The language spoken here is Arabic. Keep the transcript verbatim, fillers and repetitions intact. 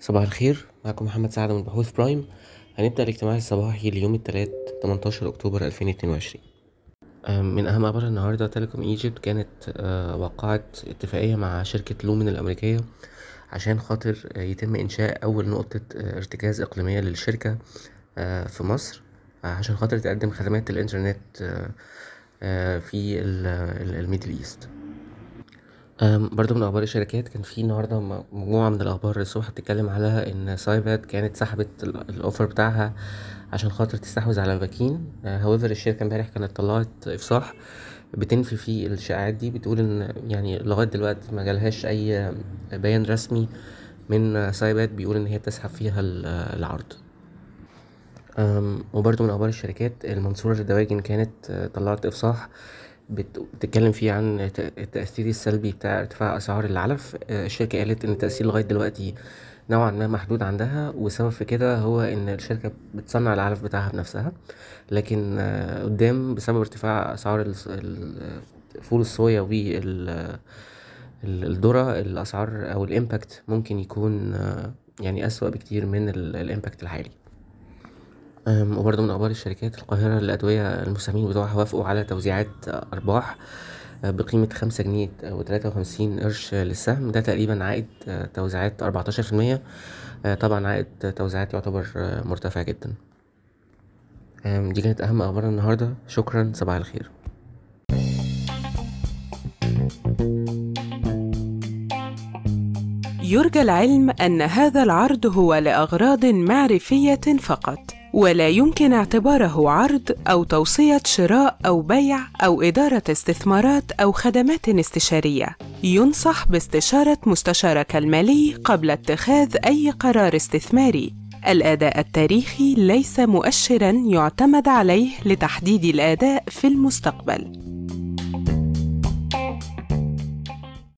صباح الخير، معكم محمد سعد من بحوث برايم. هنبدأ الاجتماع الصباحي ليوم الثلاث تمنتاشر أكتوبر ألفين واتنين وعشرين. أم، من أهم أخبار النهاردة تيليكوم ايجيبت كانت أه، وقعت اتفاقية مع شركة لومن الأمريكية عشان خاطر أه، يتم إنشاء أول نقطة أه، ارتكاز إقليمية للشركة أه، في مصر، أه، عشان خاطر تقدم خدمات الإنترنت أه، أه، في ال- ال- الميدل إيست. أم، برضو من اخبار الشركات كان في النهارده م- مجموعه من الاخبار الصبح بتتكلم على ان سايبات كانت سحبت ال- الاوفر بتاعها عشان خاطر تستحوذ على باكين. هاويفر الشركه امبارح كانت طلعت افصاح بتنفي فيه الشائعات دي، بتقول ان يعني لغايه دلوقتي ما جالهاش اي بيان رسمي من سايبات بيقول ان هي بتسحب فيها ال- العرض. أم، وبرضه من أخبار الشركات المنصورة للدواجن كانت آه، طلعت إفصاح بت- بتتكلم فيه عن ت- التأثير السلبي بتاع ارتفاع أسعار العلف. آه، الشركة قالت إن التأثير لغاية دلوقتي نوعا ما محدود عندها، والسبب في كده هو إن الشركة بتصنع العلف بتاعها بنفسها، لكن آه، قدام بسبب ارتفاع أسعار الص- ال- فول الصويا والذرة الأسعار أو الإمباكت ممكن يكون آه، يعني أسوأ بكتير من الإمباكت الحالي. أم، وبرضه من أخبار الشركات القاهرة للأدوية المساهمين بتوعها وافقوا على توزيعات أرباح آه، بقيمة خمسة جنيه وتلاتة وخمسين قرش للسهم. ده تقريبا عائد آه، توزيعات أربعتاشر في المية. آه، طبعا عائد توزيعات يعتبر آه، مرتفع جدا. أم، دي كانت أهم أخبار النهاردة. شكرا، صباح الخير. يرجى العلم أن هذا العرض هو لأغراض معرفية فقط، ولا يمكن اعتباره عرض أو توصية شراء أو بيع أو إدارة استثمارات أو خدمات استشارية. ينصح باستشارة مستشارك المالي قبل اتخاذ أي قرار استثماري. الأداء التاريخي ليس مؤشراً يعتمد عليه لتحديد الأداء في المستقبل.